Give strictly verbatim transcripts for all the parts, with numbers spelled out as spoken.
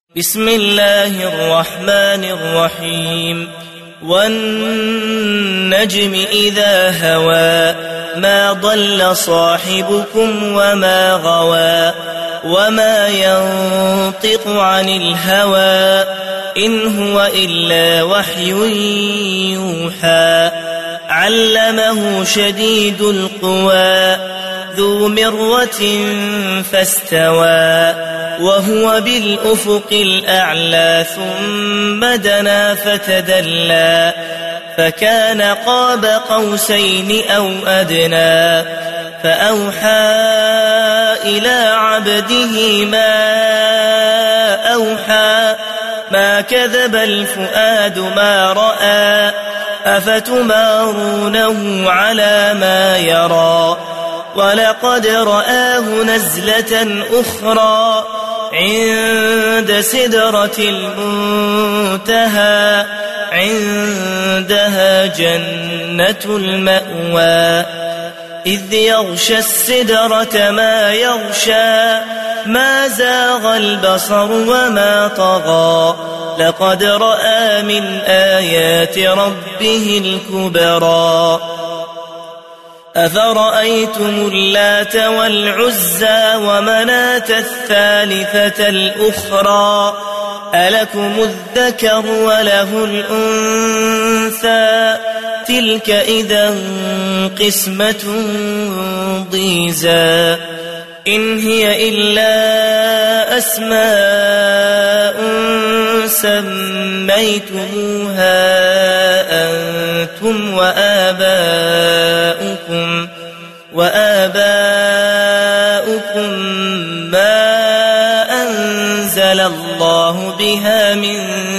بسم الله الرحمن الرحيم والنجم إذا هوى ما ضل صاحبكم وما غوى وما ينطق عن الهوى إن هو إلا وحي يوحى علمه شديد القوى ذو مرة فاستوى وهو بالأفق الأعلى ثم دنا فتدلى فكان قاب قوسين أو أدنى فأوحى إلى عبده ما أوحى ما كذب الفؤاد ما رأى أفتمارونه على ما يرى ولقد رآه نزلة أخرى عند سدرة المنتهى عندها جنة المأوى إذ يغشى السدرة ما يغشى ما زاغ البصر وما طغى لقد رأى من آيات ربه الكبرى أفرأيتم اللات والعزى ومناة الثالثة الأخرى ألكم الذكر وله الأنثى تلك إذا قسمة ضيزى إن هي إلا أسماء سميتموها أنتم وآباؤكم وآباؤكم ما أنزل الله بها من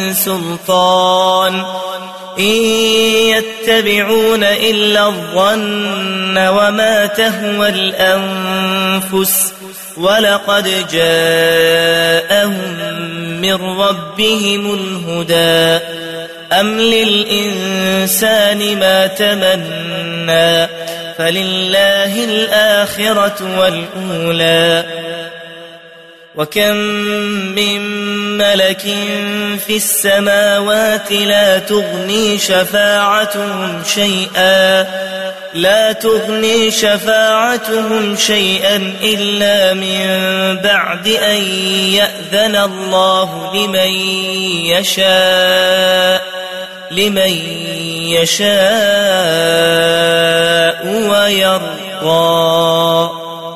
سلطان إن يتبعون إلا الظن وما تهوى الأنفس ولقد جاءهم من ربهم الهدى أم للإنسان ما تمنى فلله الآخرة والأولى وكم من ملك في السماوات لا تغني شفاعتهم شيئا لا تغني شفاعتهم شيئا إلا من بعد أن يأذن الله لمن يشاء لمن يشاء ويرضى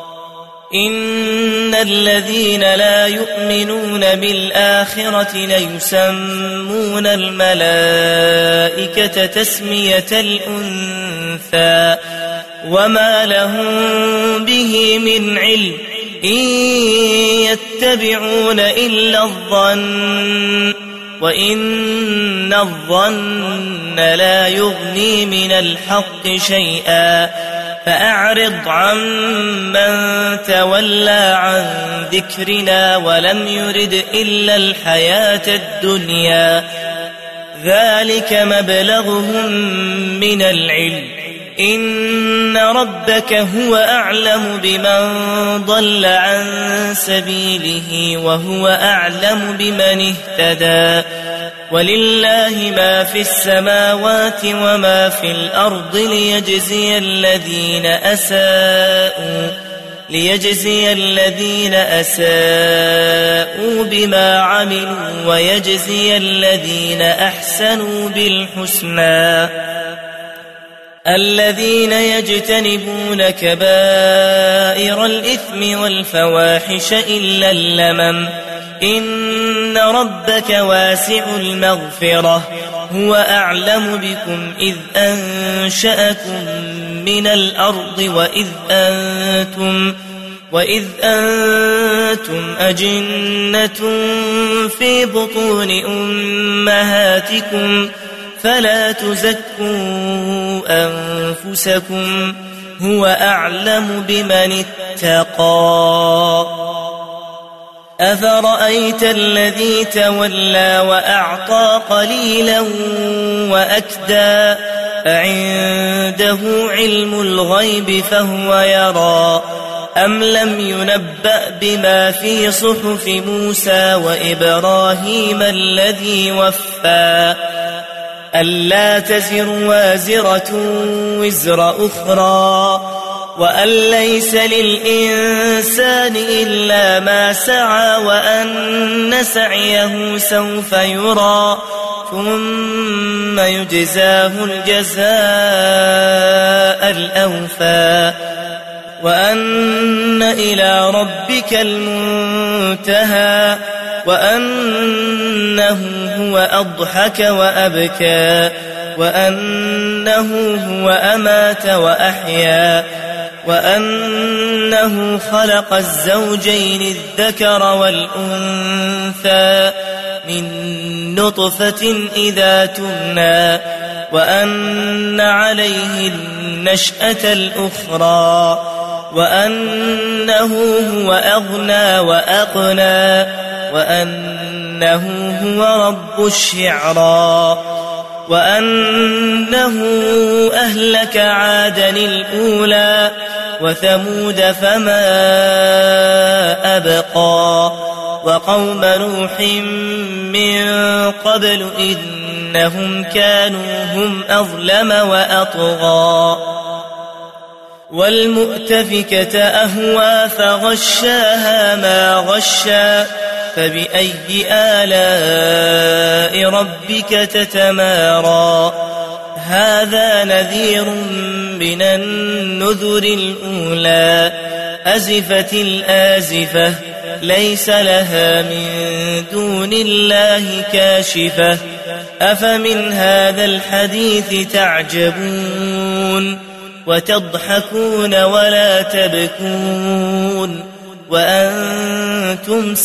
إن الذين لا يؤمنون بالآخرة ليسمون الملائكة تسمية الأنثى وما لهم به من علم إن يتبعون إلا الظن وإن الظن لا يغني من الحق شيئا فأعرض عن من تولى عن ذكرنا ولم يرد إلا الحياة الدنيا ذلك مبلغهم من العلم إن ربك هو أعلم بمن ضل عن سبيله وهو أعلم بمن اهتدى ولله ما في السماوات وما في الأرض ليجزي الذين أساءوا ليجزي الذين أساءوا بما عملوا ويجزي الذين أحسنوا بالحسنى الذين يجتنبون كبائر الإثم والفواحش إلا اللمم إن ربك واسع المغفرة هو أعلم بكم إذ أنشأكم من الأرض وإذ أنتم وإذ أنتم أجنة في بطون أمهاتكم فلا تزكوا أنفسكم هو أعلم بمن اتقى أفرأيت الذي تولى وأعطى قليلا وأكدى أعنده علم الغيب فهو يرى أم لم ينبأ بما في صحف موسى وإبراهيم الذي وفى ألا تزر وازرة وزر أخرى وأن ليس للإنسان إلا ما سعى وأن سعيه سوف يرى ثم يجزاه الجزاء الأوفى وأن إلى ربك المنتهى وأنه هو أضحك وأبكى وأنه هو أمات وأحيا وأنه خلق الزوجين الذكر والأنثى من نطفة إذا تمنى وأن عليه النشأة الأخرى وأنه هو أغنى وأقنى وأنه هو رب الشعرى وأنه أهلك عادا الأولى وثمود فما أبقى وقوم نوح من قبل إنهم كانوا هم أظلم وأطغى والمؤتفكة أهوى فغشاها ما غشا فبأي آلاء ربك تتمارى هذا نذير من النذر الأولى أزفت الآزفة ليس لها من دون الله كاشفة أفمن هذا الحديث تعجبون وتضحكون ولا تبكون وأنتم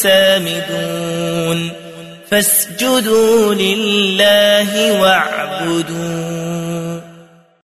سامدون فاسجدوا لله واعبدون